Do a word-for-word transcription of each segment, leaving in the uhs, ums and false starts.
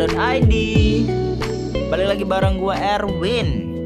dot i d. Balik lagi bareng gue Erwin.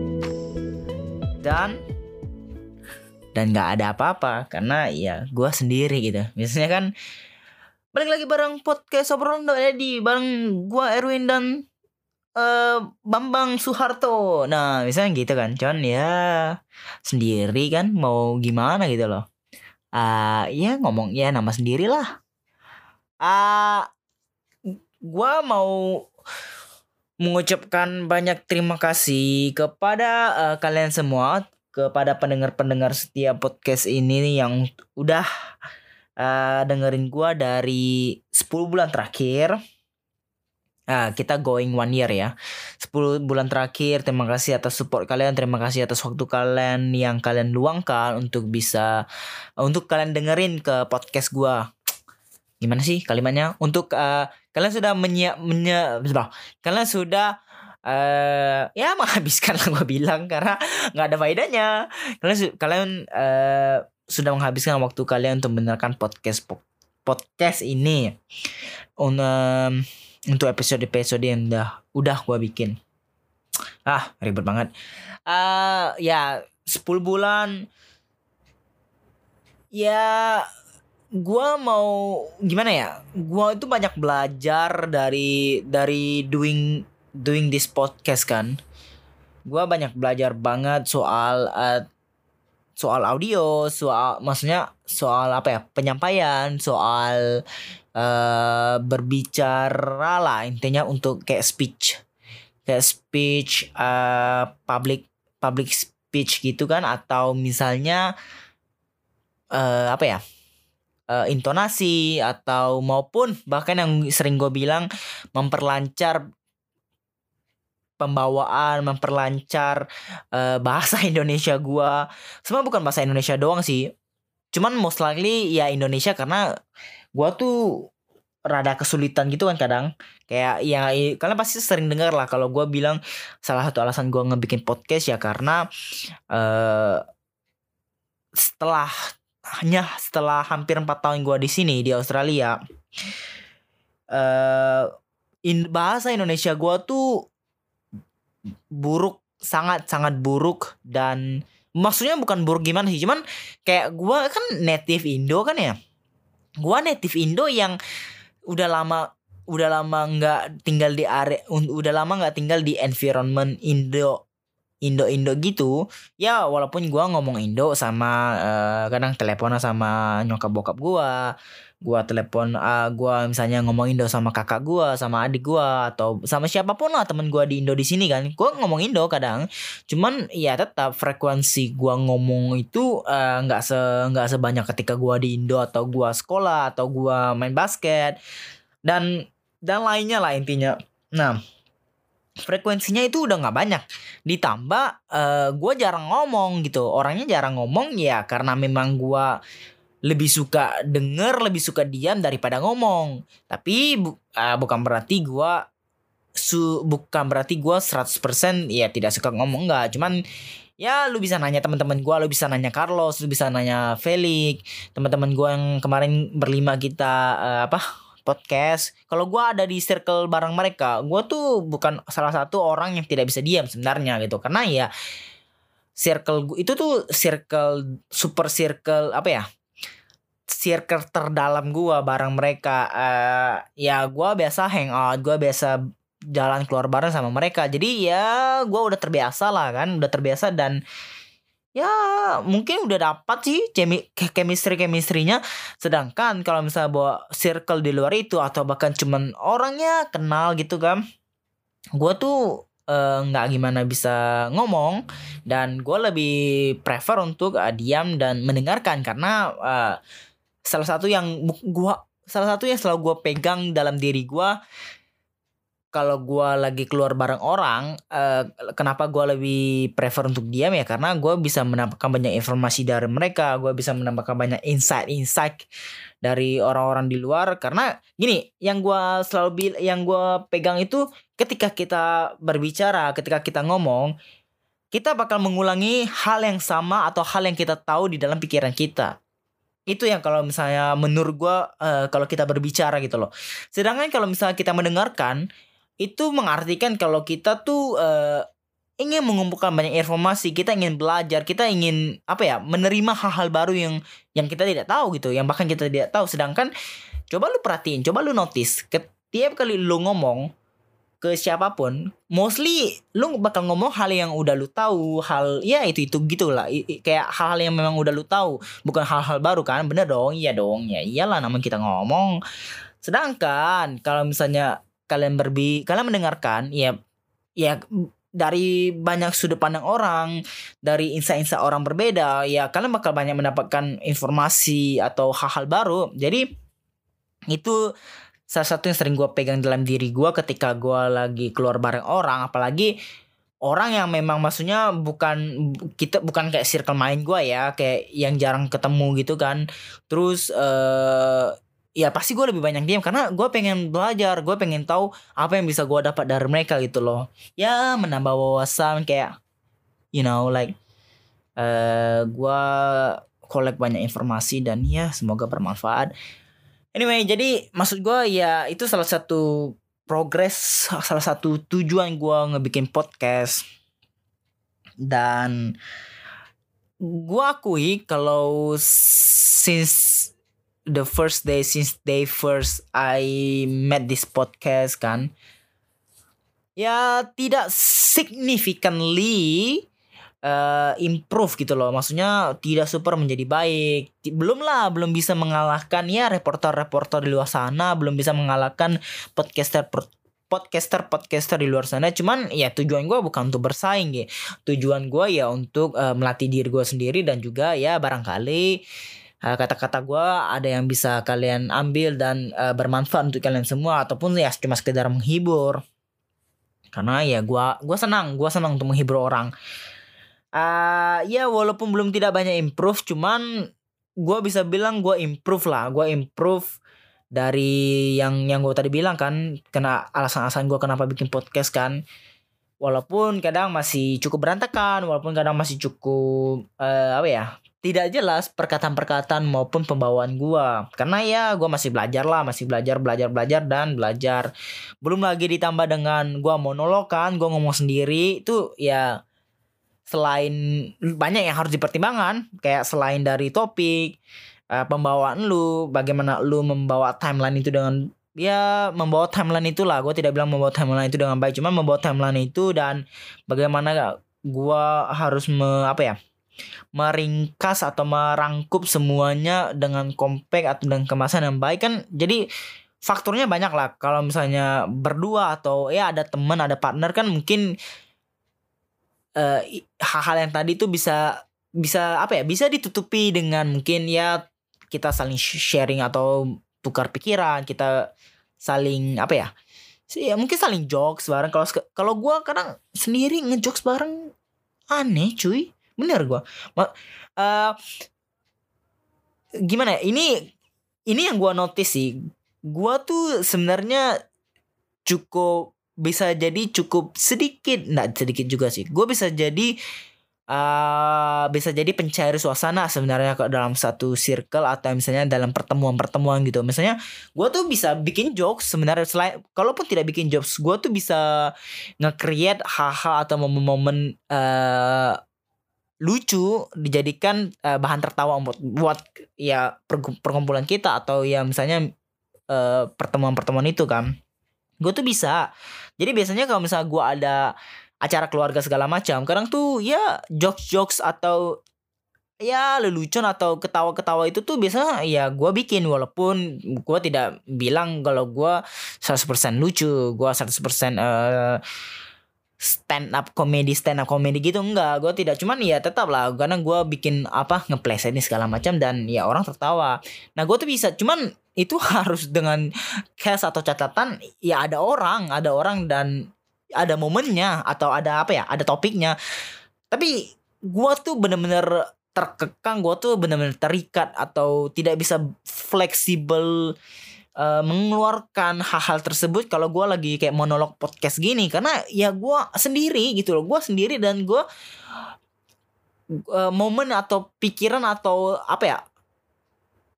Dan Dan gak ada apa-apa karena ya gue sendiri gitu. Biasanya kan balik lagi bareng podcast obrolan dot i d bareng gue Erwin dan uh, Bambang Suharto. Nah misalnya gitu kan. Cuman ya sendiri kan mau gimana gitu loh. Uh, ya ngomong ya nama sendiri lah. Uh, gue mau mengucapkan banyak terima kasih kepada uh, kalian semua, kepada pendengar-pendengar setiap podcast ini yang udah uh, dengerin gue dari sepuluh bulan terakhir. Uh, kita going one year ya, sepuluh bulan terakhir. Terima kasih atas support kalian, terima kasih atas waktu kalian yang kalian luangkan untuk bisa uh, untuk kalian dengerin ke podcast gue. Gimana sih kalimatnya? Untuk uh, kalian sudah menyiap menye, kalian sudah uh, ya menghabiskan lah gue bilang karena nggak ada faedahnya. Kalian kalian uh, sudah menghabiskan waktu kalian untuk mendengarkan podcast podcast ini Un, um, untuk episode-episode yang udah udah gue bikin. Ah ribet banget. Uh, ya sepuluh bulan. Ya gua mau gimana ya? Gua itu banyak belajar dari dari doing doing this podcast kan. Gua banyak belajar banget soal uh, soal audio, soal maksudnya soal apa ya? Penyampaian, soal uh, berbicara lah intinya untuk kayak speech. Kayak speech uh, public public speech gitu kan, atau misalnya uh, apa ya? Uh, intonasi atau maupun bahkan yang sering gue bilang memperlancar pembawaan, memperlancar uh, bahasa Indonesia gue. Semua bukan bahasa Indonesia doang sih, cuman most likely ya Indonesia karena gue tuh rada kesulitan gitu kan kadang. Kayak ya kalian pasti sering dengar lah kalau gue bilang salah satu alasan gue ngebikin podcast ya karena uh, setelah hanya setelah hampir empat tahun gue di sini di Australia, uh, in, bahasa Indonesia gue tuh buruk, sangat sangat buruk. Dan maksudnya bukan buruk gimana sih, cuman kayak gue kan native Indo kan ya, gue native Indo yang udah lama udah lama nggak tinggal di area, udah lama nggak tinggal di environment Indo Indo-Indo gitu. Ya walaupun gue ngomong Indo sama uh, kadang teleponan sama nyokap bokap gue, gue telepon uh, gue misalnya ngomong Indo sama kakak gue, sama adik gue, atau sama siapapun lah temen gue di Indo di sini kan, gue ngomong Indo kadang. Cuman ya tetap frekuensi gue ngomong itu nggak uh, se nggak sebanyak ketika gue di Indo atau gue sekolah atau gue main basket dan dan lainnya lah intinya. Nah frekuensinya itu udah nggak banyak, ditambah uh, gue jarang ngomong gitu, orangnya jarang ngomong ya karena memang gue lebih suka denger, lebih suka diam daripada ngomong. Tapi bu, uh, bukan berarti gue su bukan berarti gue seratus persen ya tidak suka ngomong, enggak. Cuman ya lu bisa nanya teman-teman gue, lu bisa nanya Carlos, lu bisa nanya Felix, teman-teman gue yang kemarin berlima kita uh, apa podcast. Kalau gue ada di circle bareng mereka, gue tuh bukan salah satu orang yang tidak bisa diam sebenarnya gitu, karena ya circle gue itu tuh circle super circle apa ya, circle terdalam gue bareng mereka. Uh, ya gue biasa hangout, gue biasa jalan keluar bareng sama mereka, jadi ya gue udah terbiasa lah kan, udah terbiasa dan ya mungkin udah dapat sih chemistry chemistrynya. Sedangkan kalau misalnya bawa circle di luar itu atau bahkan cuman orangnya kenal gitu kan, gue tuh nggak uh, gimana bisa ngomong, dan gue lebih prefer untuk uh, diam dan mendengarkan karena uh, salah satu yang gue salah satu yang selalu gue pegang dalam diri gue. Kalau gue lagi keluar bareng orang, uh, kenapa gue lebih prefer untuk diam ya karena gue bisa mendapatkan banyak informasi dari mereka, gue bisa mendapatkan banyak insight-insight dari orang-orang di luar. Karena gini, yang gue selalu bil- yang gue pegang itu ketika kita berbicara, ketika kita ngomong, kita bakal mengulangi hal yang sama atau hal yang kita tahu di dalam pikiran kita. Itu yang kalau misalnya menurut gue uh, kalau kita berbicara gitu loh. Sedangkan kalau misalnya kita mendengarkan, itu mengartikan kalau kita tuh uh, ingin mengumpulkan banyak informasi, kita ingin belajar, kita ingin apa ya, menerima hal-hal baru yang yang kita tidak tahu gitu, yang bahkan kita tidak tahu. Sedangkan coba lu perhatiin, coba lu notice, setiap kali lu ngomong ke siapapun, mostly lu bakal ngomong hal yang udah lu tahu, hal ya itu itu gitulah, kayak hal-hal yang memang udah lu tahu, bukan hal-hal baru kan, bener dong, iya dong, ya iyalah namanya kita ngomong. Sedangkan kalau misalnya kalian berbi, kalian mendengarkan, ya ya dari banyak sudut pandang orang, dari insight-insight orang berbeda, ya kalian bakal banyak mendapatkan informasi atau hal-hal baru. Jadi itu salah satu yang sering gue pegang dalam diri gue ketika gue lagi keluar bareng orang, apalagi orang yang memang maksudnya bukan kita bukan kayak circle main gue ya, kayak yang jarang ketemu gitu kan. Terus uh, ya pasti gue lebih banyak diam karena gue pengen belajar, gue pengen tahu apa yang bisa gue dapat dari mereka gitu loh. Ya menambah wawasan, kayak you know like uh, gue collect banyak informasi dan ya semoga bermanfaat. Anyway, jadi maksud gue ya itu salah satu progres, salah satu tujuan gue ngebikin podcast. Dan gue akui kalau since the first day, since day first I met this podcast kan, ya tidak significantly Uh, improve gitu loh, maksudnya tidak super menjadi baik, belum lah, belum bisa mengalahkan ya reporter-reporter di luar sana, belum bisa mengalahkan podcaster podcaster podcaster di luar sana. Cuman ya tujuan gue bukan untuk bersaing ya, tujuan gue ya untuk uh, melatih diri gue sendiri, dan juga ya barangkali uh, kata-kata gue ada yang bisa kalian ambil dan uh, bermanfaat untuk kalian semua, ataupun ya cuma sekedar menghibur, karena ya gue gue senang gue senang untuk menghibur orang. Uh, ya walaupun belum tidak banyak improve, cuman gue bisa bilang gue improve lah, gue improve dari yang yang gue tadi bilang kan, kena alasan-alasan gue kenapa bikin podcast kan. Walaupun kadang masih cukup berantakan, walaupun kadang masih cukup uh, apa ya, tidak jelas perkataan-perkataan maupun pembawaan gue, karena ya gue masih belajar lah, masih belajar belajar belajar dan belajar. Belum lagi ditambah dengan gue monolog kan, gue ngomong sendiri itu ya. Selain banyak yang harus dipertimbangkan, kayak selain dari topik, uh, pembawaan lu, bagaimana lu membawa timeline itu dengan ya membawa timeline itulah, gue tidak bilang membawa timeline itu dengan baik, cuma membawa timeline itu dan bagaimana gue harus me, apa ya meringkas atau merangkup semuanya dengan compact atau dengan kemasan yang baik kan. Jadi faktornya banyak lah. Kalau misalnya berdua atau ya ada teman, ada partner kan, mungkin Uh, hal-hal yang tadi tuh bisa bisa apa ya bisa ditutupi dengan mungkin ya kita saling sharing atau tukar pikiran, kita saling apa ya sih ya mungkin saling jokes bareng. Kalau kalau gue kadang sendiri ngejokes bareng aneh cuy, bener gue uh, gimana ya, ini ini yang gue notice sih, gue tuh sebenarnya cukup bisa jadi cukup sedikit, nggak sedikit juga sih, gue bisa jadi uh, bisa jadi pencair suasana sebenarnya ke dalam satu circle atau misalnya dalam pertemuan-pertemuan gitu. Misalnya gue tuh bisa bikin jokes sebenarnya, selain kalaupun tidak bikin jokes, gue tuh bisa nge-create hal-hal atau momen-momen uh, lucu dijadikan uh, bahan tertawa buat, buat ya perkumpulan kita atau ya misalnya uh, pertemuan-pertemuan itu kan. Gue tuh bisa. Jadi biasanya kalau misalnya gue ada acara keluarga segala macam, kadang tuh ya jokes-jokes atau ya lelucon atau ketawa-ketawa itu tuh biasanya ya gue bikin, walaupun gue tidak bilang kalau gue seratus persen lucu, gue seratus persen uh, stand up comedy stand up comedy gitu, enggak, gue tidak. Cuman ya tetap lah, karena gue bikin apa ngeplesetin segala macam dan ya orang tertawa. Nah gue tuh bisa, cuman itu harus dengan case atau catatan ya ada orang ada orang dan ada momennya atau ada apa ya ada topiknya. Tapi gue tuh bener-bener terkekang, gue tuh bener-bener terikat atau tidak bisa fleksibel uh, mengeluarkan hal-hal tersebut kalau gue lagi kayak monolog podcast gini, karena ya gue sendiri gitu loh, gue sendiri dan gue uh, momen atau pikiran atau apa ya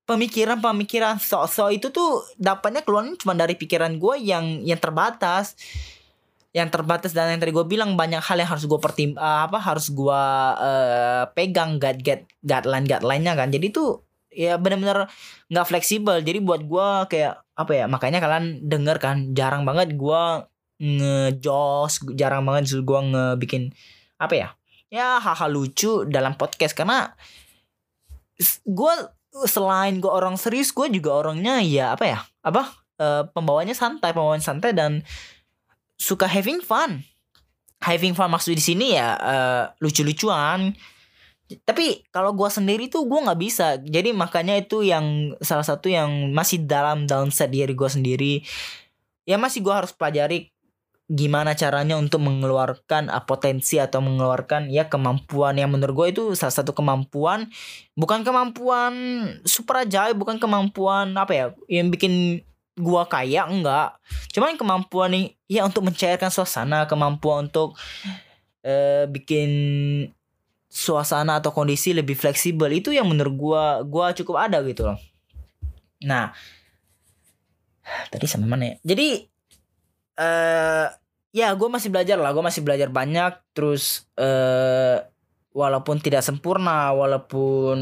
pemikiran-pemikiran sok-sok itu tuh dapatnya keluarnya cuma dari pikiran gue yang yang terbatas, yang terbatas dan yang tadi gue bilang banyak hal yang harus gue pertim uh, apa harus gue uh, pegang guide guide guideline guideline-nya kan. Jadi tuh ya benar-benar nggak fleksibel. Jadi buat gue kayak apa ya, makanya kalian denger kan jarang banget gue ngejos, jarang banget gue ngebikin apa ya ya hal-hal lucu dalam podcast, karena gue selain gue orang serius, gue juga orangnya ya apa ya apa uh, pembawanya santai, pembawaan santai dan suka having fun. Having fun maksud di sini ya uh, lucu-lucuan. Tapi kalau gue sendiri tuh gue nggak bisa. Jadi makanya itu yang salah satu yang masih dalam downside diri gue sendiri. Ya masih gue harus pelajari gimana caranya untuk mengeluarkan uh, potensi atau mengeluarkan ya kemampuan yang menurut gue itu salah satu kemampuan, bukan kemampuan super ajaib, bukan kemampuan apa ya yang bikin gue kaya, enggak, cuman kemampuan nih ya untuk mencairkan suasana, kemampuan untuk uh, bikin suasana atau kondisi lebih fleksibel, itu yang menurut gue gue cukup ada gitu loh. Nah tadi sampai mana ya, jadi Uh, ya gue masih belajar lah, gue masih belajar banyak. Terus uh, walaupun tidak sempurna, walaupun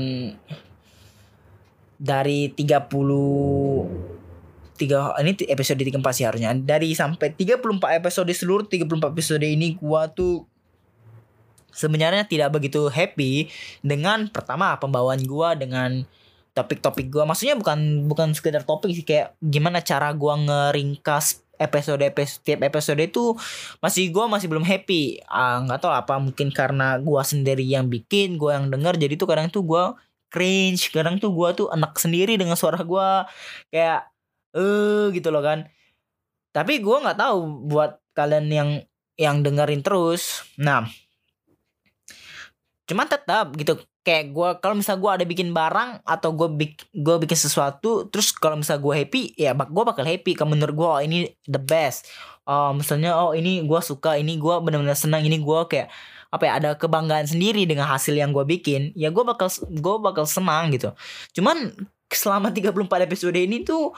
dari tiga puluh tiga ini episode tiga puluh empat sih harusnya, dari sampai tiga puluh empat episode, seluruh tiga puluh empat episode ini gue tuh sebenarnya tidak begitu happy dengan pertama pembawaan gue, dengan topik-topik gue. Maksudnya bukan bukan sekedar topik sih, kayak gimana cara gue ngeringkas episode episode tiap episode itu masih gue masih belum happy. Ah, nggak tahu apa, mungkin karena gue sendiri yang bikin, gue yang denger, jadi tuh kadang tuh gue cringe, kadang tuh gue tuh enak sendiri dengan suara gue kayak eh uh, gitu loh kan. Tapi gue nggak tahu buat kalian yang yang dengerin terus. Nah cuman tetap gitu, kayak gue kalau misal gue ada bikin barang atau gue bik gue bikin sesuatu, terus kalau misal gue happy ya gue bakal happy. Kalau menurut gue oh, ini the best, oh misalnya oh ini gue suka, ini gue benar-benar senang, ini gue kayak apa ya ada kebanggaan sendiri dengan hasil yang gue bikin, ya gue bakal gue bakal senang gitu. Cuman selama tiga puluh empat episode ini tuh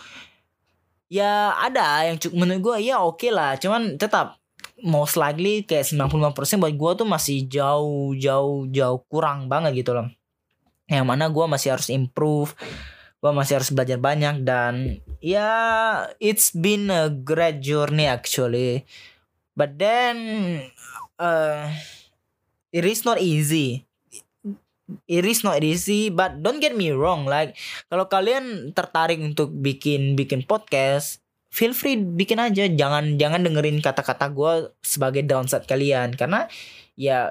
ya ada yang cukup menurut gue ya oke okay lah, cuman tetap most likely kayak sembilan puluh lima persen buat gue tuh masih jauh jauh jauh kurang banget gitu loh, yang mana gue masih harus improve, gue masih harus belajar banyak. Dan ya it's been a great journey actually, but then uh, it is not easy, it is not easy. But don't get me wrong, like kalau kalian tertarik untuk bikin bikin podcast, feel free bikin aja, jangan jangan dengerin kata-kata gue sebagai downside kalian, karena ya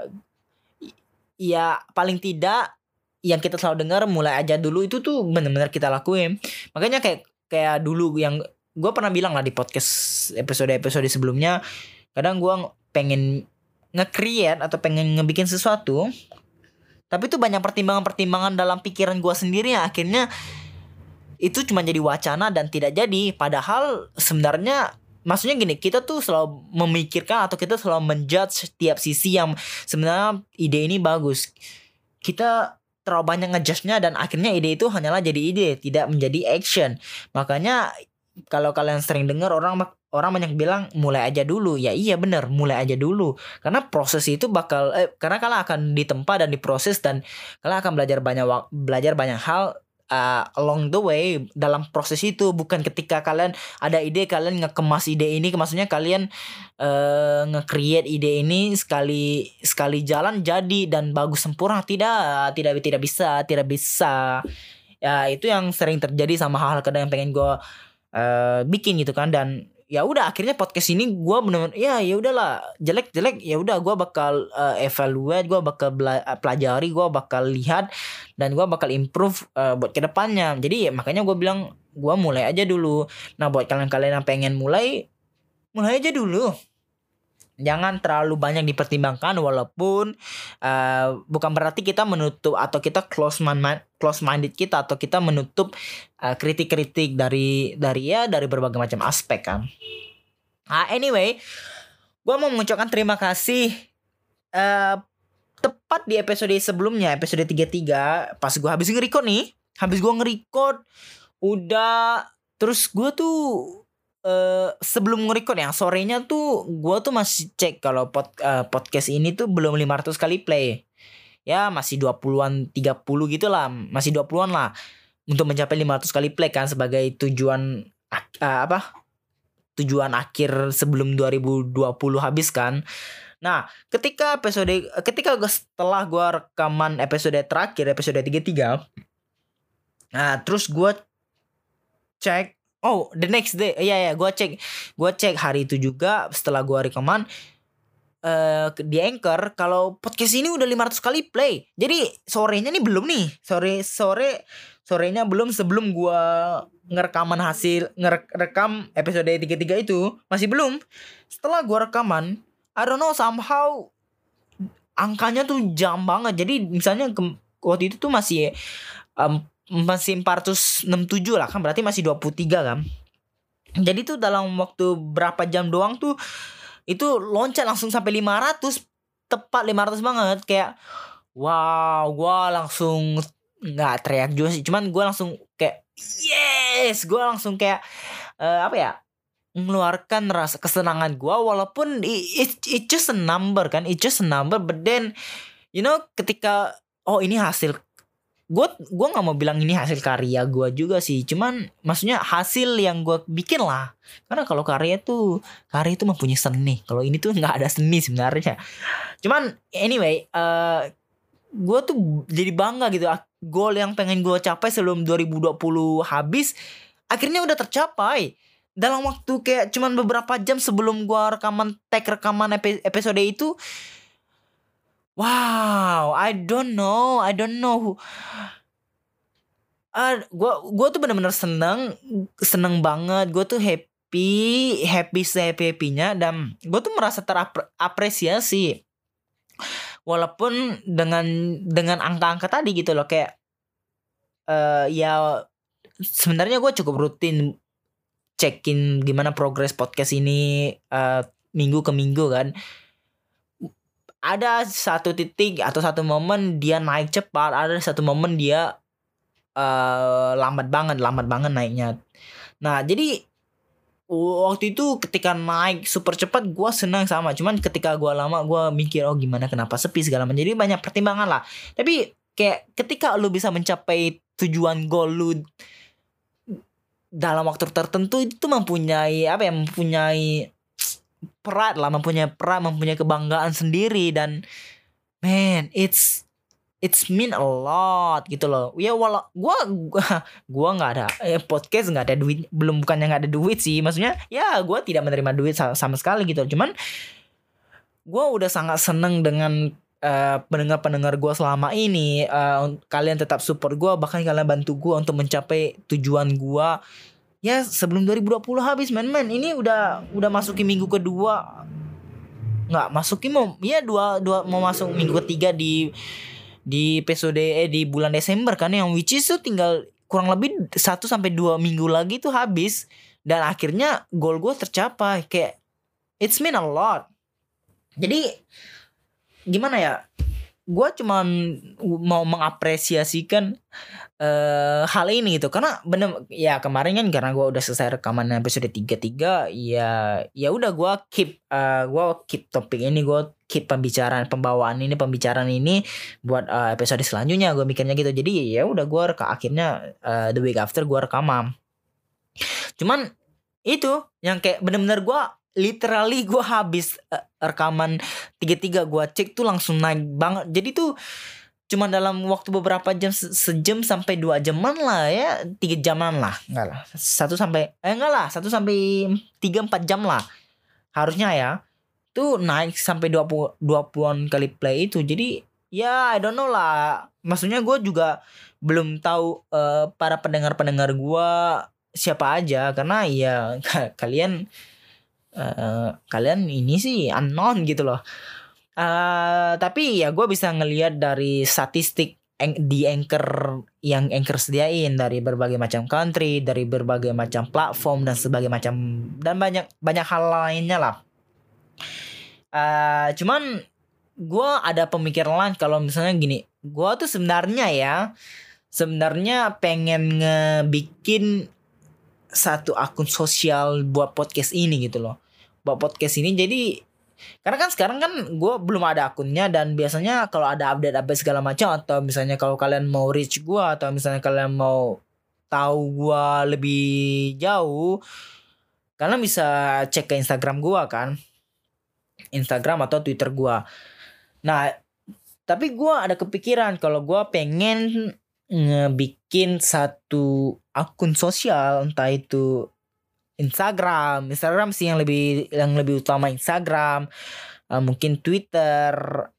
ya paling tidak yang kita selalu dengar mulai aja dulu itu tuh benar-benar kita lakuin. Makanya kayak kayak dulu yang gue pernah bilang lah di podcast episode-episode sebelumnya, kadang gue pengen nge-create atau pengen ngebikin sesuatu, tapi tuh banyak pertimbangan-pertimbangan dalam pikiran gue sendiri yang akhirnya itu cuma jadi wacana dan tidak jadi. Padahal sebenarnya maksudnya gini, kita tuh selalu memikirkan atau kita selalu menjudge setiap sisi yang sebenarnya ide ini bagus. Kita terlalu banyak ngejudge-nya dan akhirnya ide itu hanyalah jadi ide, tidak menjadi action. Makanya kalau kalian sering dengar orang orang banyak bilang mulai aja dulu. Ya iya benar, mulai aja dulu. Karena proses itu bakal eh, karena kalian akan ditempa dan diproses, dan kalian akan belajar banyak belajar banyak hal Uh, along the way dalam proses itu. Bukan ketika kalian ada ide kalian ngekemas ide ini, maksudnya kalian uh, nge-create ide ini sekali sekali jalan jadi dan bagus sempurna. Tidak, tidak tidak bisa, tidak bisa. Ya itu yang sering terjadi sama hal-hal kadang yang pengen gue uh, bikin gitu kan. Dan ya udah akhirnya podcast ini gue bener-bener ya ya udahlah, jelek-jelek ya udah gue bakal uh, evaluate, gue bakal bela- pelajari, gue bakal lihat dan gue bakal improve uh, buat kedepannya. Jadi ya, makanya gue bilang gue mulai aja dulu. Nah buat kalian-kalian yang pengen mulai, mulai aja dulu. Jangan terlalu banyak dipertimbangkan, walaupun uh, bukan berarti kita menutup atau kita close mind close minded kita atau kita menutup uh, kritik-kritik dari dari ya dari berbagai macam aspek kan. Ah anyway, gue mau mengucapkan terima kasih uh, tepat di episode sebelumnya, episode tiga puluh tiga, pas gue habis nge-record nih. habis gue nge-record udah, terus gue tuh uh, sebelum nge-record ya sorenya tuh gue tuh masih cek kalau pod, uh, podcast ini tuh belum lima ratus kali play. Ya masih dua puluhan tiga puluh gitu lah, masih dua puluhan lah untuk mencapai lima ratus kali play kan, sebagai tujuan uh, apa tujuan akhir sebelum dua ribu dua puluh habis kan. Nah ketika episode ketika gua, setelah gue rekaman episode terakhir episode tiga puluh tiga, nah terus gue cek, oh the next day iya ya gue cek gue cek hari itu juga setelah gue rekaman Uh, di Anchor kalau podcast ini udah lima ratus kali play. Jadi sorenya nih belum nih. Sore sore sorenya belum, sebelum gua ngerekaman hasil ngerekam episode tiga puluh tiga itu masih belum. Setelah gua rekaman, I don't know somehow angkanya tuh jam banget. Jadi misalnya ke, waktu itu tuh masih um, masih empat ratus enam puluh tujuh lah kan, berarti masih dua puluh tiga kan. Jadi tuh dalam waktu berapa jam doang tuh itu loncat langsung sampai lima ratus, tepat lima ratus banget. Kayak wow, gue langsung nggak teriak juga sih, cuman gue langsung kayak yes, gue langsung kayak uh, apa ya, mengeluarkan rasa kesenangan gue, walaupun it, it, it just a number kan, it just a number, but then you know ketika oh ini hasil gue gue nggak mau bilang ini hasil karya gue juga sih, cuman maksudnya hasil yang gue bikin lah. Karena kalau karya tuh karya itu mempunyai seni, kalau ini tuh nggak ada seni sebenarnya. Cuman anyway, uh, gue tuh jadi bangga gitu, goal yang pengen gue capai sebelum dua ribu dua puluh habis akhirnya udah tercapai dalam waktu kayak cuman beberapa jam sebelum gue rekaman tag rekaman episode itu. Wow, I don't know, I don't know. Ah, uh, gua gua tuh benar-benar seneng, seneng banget. Gua tuh happy, happy se-happy happynya, dan gua tuh merasa terapresiasi. Walaupun dengan dengan angka-angka tadi gitu loh, kayak uh, ya sebenarnya gua cukup rutin cekin gimana progres podcast ini uh, minggu ke minggu kan. Ada satu titik atau satu momen dia naik cepat, ada satu momen dia uh, lambat banget, lambat banget naiknya. Nah jadi waktu itu ketika naik super cepat gue senang sama, cuman ketika gue lama gue mikir oh gimana kenapa sepi segala macam. Jadi banyak pertimbangan lah. Tapi kayak ketika lu bisa mencapai tujuan goal lu dalam waktu tertentu, itu mempunyai apa ya, mempunyai perat lah, mempunyai perat, mempunyai kebanggaan sendiri, dan man it's it's mean a lot gitu loh. Ya walau gua gua gua nggak ada eh, podcast nggak ada duit, belum bukannya nggak ada duit sih, maksudnya ya gua tidak menerima duit sama, sama sekali gitu. Cuman gua udah sangat seneng dengan uh, pendengar-pendengar gua selama ini. Uh, kalian tetap support gua, bahkan kalian bantu gua untuk mencapai tujuan gua. Ya sebelum dua ribu dua puluh habis men-men. Ini udah udah masukin minggu kedua. Nggak masukin mau ya dua dua mau masuk minggu ketiga di di episode eh di bulan Desember kan, yang which is tuh tinggal kurang lebih satu sampai dua minggu lagi tuh habis, dan akhirnya goal gue tercapai. Kayak it's mean a lot. Jadi gimana ya? Gue cuman mau mengapresiasikan uh, hal ini gitu, karena bener ya kemarin kan karena gue udah selesai rekaman episode tiga puluh tiga, ya ya udah gue keep uh, gue keep topik ini, gue keep pembicaraan pembawaan ini pembicaraan ini buat uh, episode selanjutnya, gue mikirnya gitu. Jadi ya udah gue reka akhirnya uh, the week after gue rekaman. Cuman itu yang kayak bener-bener gue literally gue habis uh, rekaman tiga puluh tiga, gue cek tuh langsung naik banget. Jadi tuh cuma dalam waktu beberapa jam, se- sejam sampai dua jaman lah ya, tiga jaman lah, enggak lah, satu sampai eh enggak lah, satu sampai tiga empat jam lah harusnya ya, tuh naik sampai dua puluh dua puluhan kali play itu. Jadi ya I don't know lah, maksudnya gue juga belum tahu uh, para pendengar-pendengar gue siapa aja, karena ya kalian Uh, kalian ini sih unknown gitu loh. Uh, tapi ya gue bisa ngelihat dari statistik en- di Anchor yang Anchor sediain, dari berbagai macam country, dari berbagai macam platform dan sebagai macam, dan banyak banyak hal lainnya lah. Uh, cuman gue ada pemikiran lain kalau misalnya gini, gue tuh sebenarnya ya sebenarnya pengen ngebikin satu akun sosial buat podcast ini gitu loh. Buat podcast ini jadi karena kan sekarang kan gue belum ada akunnya, dan biasanya kalau ada update-update segala macam, atau misalnya kalau kalian mau reach gue, atau misalnya kalian mau tahu gue lebih jauh, kalian bisa cek ke Instagram gue kan, Instagram atau Twitter gue. Nah, tapi gue ada kepikiran kalau gue pengen ngebikin satu akun sosial, entah itu Instagram, Instagram sih yang lebih yang lebih utama Instagram, uh, mungkin Twitter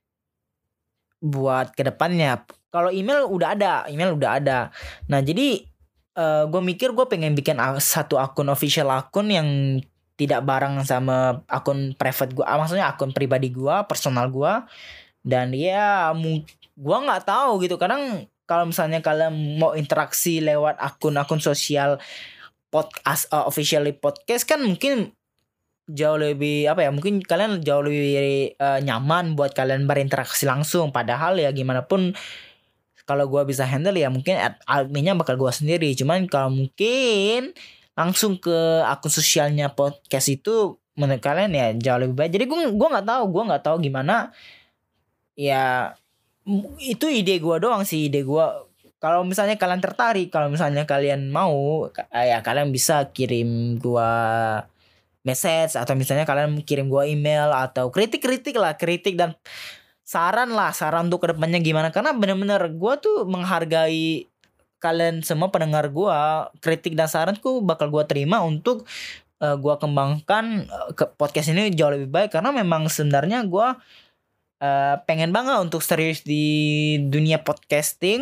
buat kedepannya. Kalau email udah ada, email udah ada. Nah jadi uh, gue mikir gue pengen bikin satu akun official, akun yang tidak bareng sama akun private gue, ah, maksudnya akun pribadi gue, personal gue. Dan ya gue nggak tahu gitu. Kadang kalau misalnya kalian mau interaksi lewat akun-akun sosial podcast, uh, officially podcast kan mungkin jauh lebih apa ya, mungkin kalian jauh lebih uh, nyaman buat kalian berinteraksi langsung. Padahal ya gimana pun kalau gue bisa handle ya mungkin adminnya bakal gue sendiri. Cuman kalau mungkin langsung ke akun sosialnya podcast itu menurut kalian ya jauh lebih baik. Jadi gue gue nggak tahu gue nggak tahu gimana ya, itu ide gue doang sih, ide gue. Kalau misalnya kalian tertarik, kalau misalnya kalian mau, ya kalian bisa kirim gua message, atau misalnya kalian kirim gua email, atau kritik-kritik lah, kritik dan saran lah, saran untuk kedepannya gimana. Karena bener-bener gua tuh menghargai kalian semua pendengar gua, kritik dan saranku bakal gua terima untuk uh, gua kembangkan uh, ke podcast ini jauh lebih baik. Karena memang sebenarnya gua uh, pengen banget untuk serius di dunia podcasting.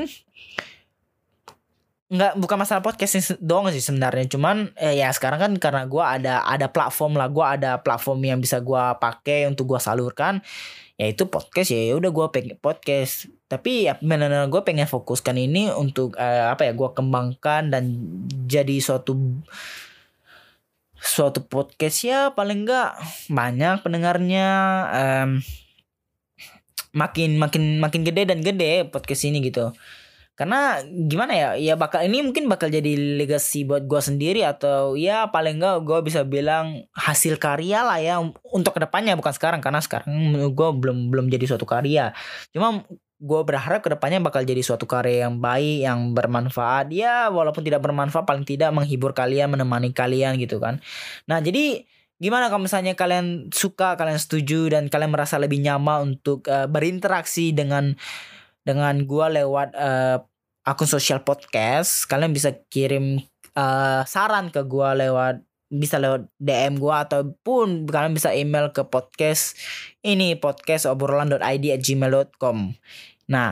Nggak, bukan masalah podcast doang sih sebenarnya, cuman eh, ya sekarang kan karena gue ada ada platform lah, gue ada platform yang bisa gue pakai untuk gue salurkan, yaitu podcast. Ya udah gue pengen podcast, tapi ya benar-benar gue pengen fokuskan ini untuk eh, apa ya, gue kembangkan dan jadi suatu suatu podcast ya paling enggak banyak pendengarnya, um, makin makin makin gede dan gede podcast ini gitu. Karena gimana ya, ya bakal ini mungkin bakal jadi legacy buat gue sendiri, atau ya paling enggak gue bisa bilang hasil karya lah ya untuk kedepannya, bukan sekarang. Karena sekarang gue belum belum jadi suatu karya. Cuma gue berharap kedepannya bakal jadi suatu karya yang baik, yang bermanfaat. Ya walaupun tidak bermanfaat, paling tidak menghibur kalian, menemani kalian gitu kan. Nah jadi gimana kalau misalnya kalian suka, kalian setuju, dan kalian merasa lebih nyaman untuk uh, berinteraksi dengan dengan gue lewat uh, akun sosial podcast, kalian bisa kirim uh, saran ke gue lewat, bisa lewat D M gue, ataupun kalian bisa email ke podcast ini, podcast obrolan dot i d at gmail dot com. Nah,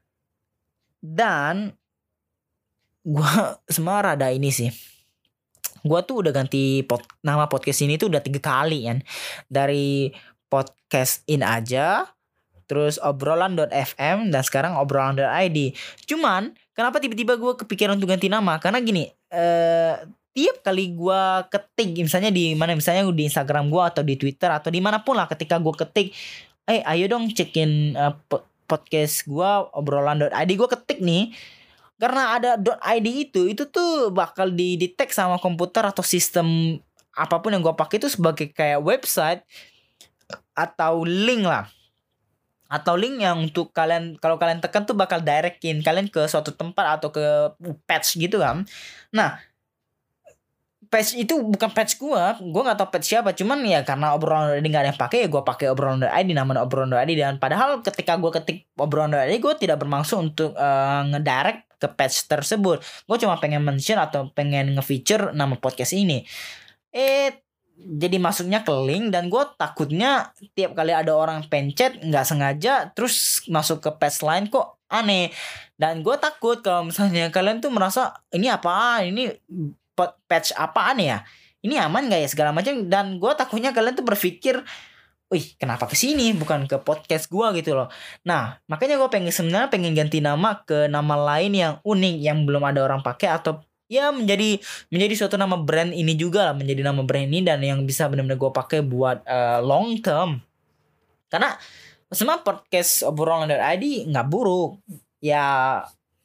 dan gue sebenarnya rada ini sih, gue tuh udah ganti pod, nama podcast ini tuh udah tiga kali kan, dari podcast in aja, terus obrolan dot f m, dan sekarang obrolan dot i d. Cuman kenapa tiba-tiba gue kepikiran untuk ganti nama? Karena gini, eh, tiap kali gue ketik, misalnya di mana, misalnya di Instagram gue atau di Twitter atau dimanapun lah, ketika gue ketik, eh ayo dong cekin uh, podcast gue obrolan dot i d, gue ketik nih, karena ada .id itu, itu tuh bakal di-detect sama komputer atau sistem apapun yang gue pakai itu sebagai kayak website atau link lah. Atau link yang untuk kalian, kalau kalian tekan tuh bakal directin kalian ke suatu tempat atau ke page gitu kan. Nah, page itu bukan page gua, gua nggak tahu page siapa. Cuman ya karena obrolan ini nggak ada yang pakai, ya gua pakai obrolan dot i d, namanya obrolan dot i d. Dan padahal ketika gua ketik obrolan dot i d, gua tidak bermaksud untuk uh, ngedirect ke page tersebut. Gua cuma pengen mention atau pengen nge-feature nama podcast ini. Eh jadi masuknya ke link, dan gue takutnya tiap kali ada orang pencet nggak sengaja terus masuk ke page lain kok aneh. Dan gue takut kalau misalnya kalian tuh merasa ini apaan, ini page apaan ya, ini aman nggak ya segala macam. Dan gue takutnya kalian tuh berpikir, wih kenapa ke sini bukan ke podcast gue gitu loh. Nah makanya gue pengen sebenarnya pengen ganti nama ke nama lain yang unik, yang belum ada orang pakai, atau ya menjadi menjadi suatu nama brand ini juga lah, menjadi nama brand ini, dan yang bisa benar-benar gue pakai buat uh, long term. Karena semua podcast obrolan dot i d nggak buruk ya,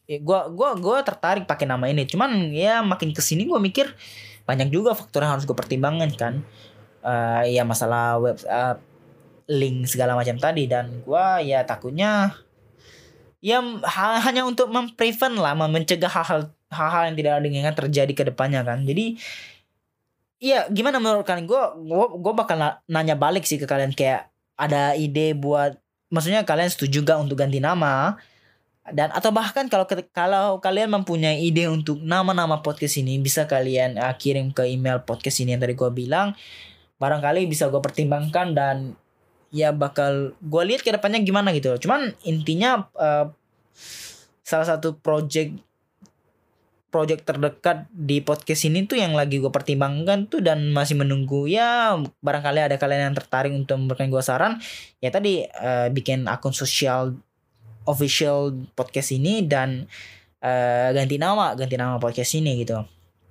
ya gua gua gua tertarik pakai nama ini. Cuman ya makin kesini gua mikir banyak juga faktor yang harus gue pertimbangkan kan. Eh ya masalah web eh, link segala macam tadi, dan gua ya takutnya ya ha- hanya untuk memprevent lah, mencegah hal-hal hal-hal yang tidak diinginkan terjadi ke depannya kan. Jadi iya, gimana menurut kalian? Gue gue gue bakal na- nanya balik sih ke kalian, kayak ada ide buat, maksudnya kalian setuju gak untuk ganti nama, dan atau bahkan kalau ket- kalau kalian mempunyai ide untuk nama-nama podcast ini, bisa kalian uh, kirim ke email podcast ini yang tadi gue bilang. Barangkali bisa gue pertimbangkan, dan ya bakal gue lihat ke depannya gimana gitu. Cuman intinya uh, salah satu project project terdekat di podcast ini tuh yang lagi gue pertimbangkan tuh, dan masih menunggu ya, barangkali ada kalian yang tertarik untuk memberikan gue saran ya tadi, eh, bikin akun sosial official podcast ini, dan eh, ganti nama ganti nama podcast ini gitu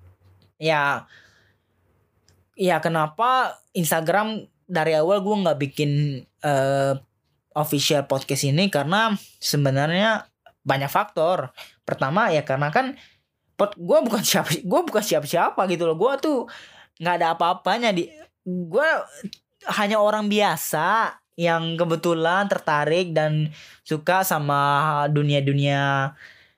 ya. Ya kenapa Instagram dari awal gue nggak bikin eh, official podcast ini, karena sebenarnya banyak faktor. Pertama ya karena kan pot gue bukan siapa gue bukan siapa-siapa gitu loh. Gue tuh nggak ada apa-apanya di gue, hanya orang biasa yang kebetulan tertarik dan suka sama dunia-dunia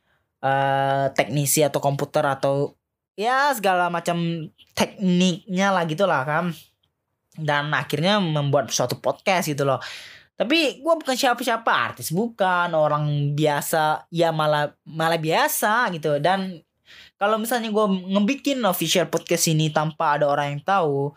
eh, teknisi atau komputer, atau ya segala macam tekniknya lah gitu lah kan, dan akhirnya membuat suatu podcast gitu loh. Tapi gue bukan siapa-siapa, artis bukan, orang biasa ya, malah malah biasa gitu. Dan kalau misalnya gue ngebikin official podcast ini tanpa ada orang yang tahu,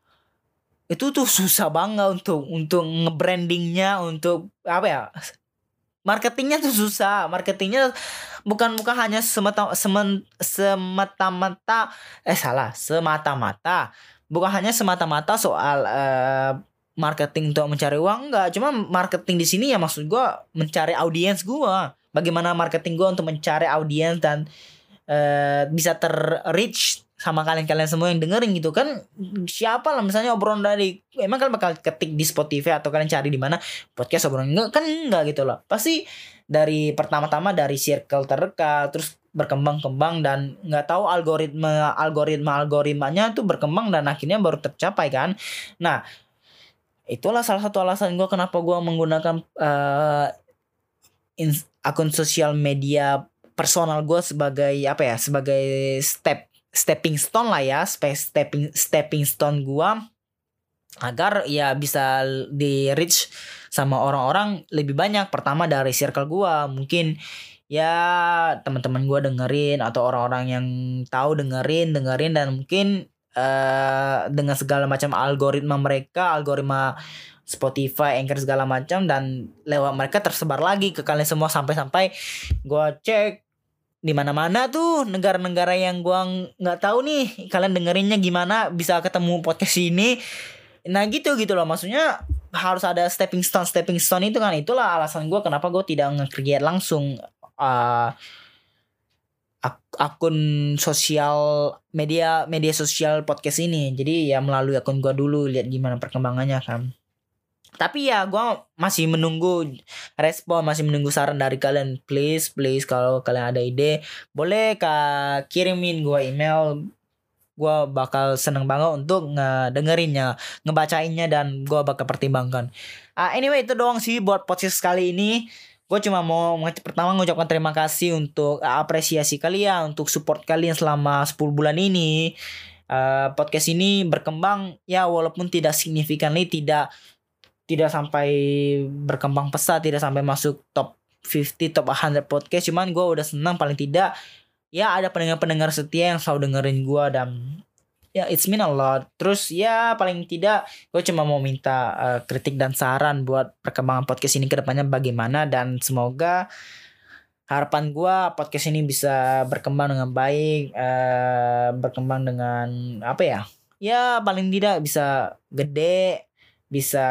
itu tuh susah banget untuk untuk nge-brandingnya, untuk apa ya, marketingnya tuh susah. Marketingnya bukan bukan hanya semata semen, semata-mata eh salah semata-mata bukan hanya semata-mata soal eh, marketing untuk mencari uang, enggak. Cuma marketing di sini ya maksud gue mencari audiens gue. Bagaimana marketing gue untuk mencari audiens dan eh, bisa ter-reach sama kalian-kalian semua yang dengerin gitu kan. Siapa lah misalnya obrolan dari, emang kalian bakal ketik di Spotify atau kalian cari di mana podcast obrolan, enggak kan, enggak gitu loh. Pasti dari pertama-tama dari circle terdekat, terus berkembang-kembang, dan nggak tahu algoritma algoritma algoritmanya tuh berkembang, dan akhirnya baru tercapai kan. Nah itulah salah satu alasan gue kenapa gue menggunakan uh, in- akun sosial media personal gue sebagai apa ya, sebagai step stepping stone lah ya, space stepping stepping stone gue, agar ya bisa di reach sama orang-orang lebih banyak. Pertama dari circle gue, mungkin ya teman-teman gue dengerin, atau orang-orang yang tahu dengerin dengerin dan mungkin uh, dengan segala macam algoritma mereka, algoritma Spotify, Anchor segala macam, dan lewat mereka tersebar lagi ke kalian semua, sampai-sampai gue cek di mana-mana tuh negara-negara yang gua nggak tahu nih kalian dengerinnya gimana, bisa ketemu podcast ini. Nah gitu gitu loh, maksudnya harus ada stepping stone stepping stone itu kan. Itulah alasan gua kenapa gua tidak nge-create langsung uh, ak- akun sosial media media sosial podcast ini. Jadi ya melalui akun gua dulu, lihat gimana perkembangannya kan. Tapi ya gue masih menunggu respon, masih menunggu saran dari kalian. Please, please kalau kalian ada ide, boleh kak kirimin gue email. Gue bakal seneng banget untuk ngedengerinnya, ngebacainnya, dan gue bakal pertimbangkan. Uh, anyway itu doang sih buat podcast kali ini. Gue cuma mau pertama mengucapkan terima kasih untuk uh, apresiasi kalian, untuk support kalian selama sepuluh bulan ini. Uh, podcast ini berkembang ya, walaupun tidak signifikan, tidak tidak sampai berkembang pesat, tidak sampai masuk top lima puluh, top seratus podcast. Cuman gue udah senang, paling tidak ya ada pendengar-pendengar setia yang selalu dengerin gue, dan ya it's mean a lot. Terus ya paling tidak gue cuma mau minta uh, kritik dan saran buat perkembangan podcast ini ke depannya bagaimana, dan semoga harapan gue podcast ini bisa berkembang dengan baik, uh, berkembang dengan apa ya, ya paling tidak bisa gede, bisa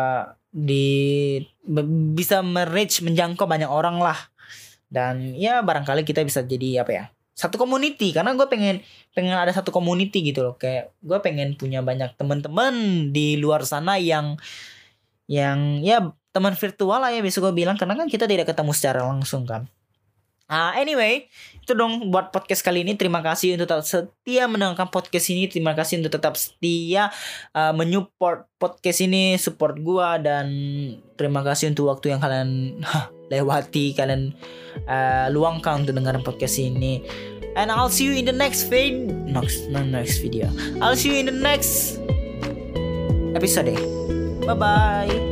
di bisa merich, menjangkau banyak orang lah, dan ya barangkali kita bisa jadi apa ya, satu community. Karena gue pengen pengen ada satu community gitu loh, kayak gue pengen punya banyak teman-teman di luar sana yang yang ya teman virtual lah ya bisa gue bilang, karena kan kita tidak ketemu secara langsung kan. Ah, anyway, itu dong buat podcast kali ini. Terima kasih untuk tetap setia mendengarkan podcast ini. Terima kasih untuk tetap setia uh, menyupport podcast ini, support gua, dan terima kasih untuk waktu yang kalian huh, lewati, kalian uh, luangkan untuk dengerin podcast ini. And I'll see you in the next video. Next, no, next video. I'll see you in the next episode. Bye bye.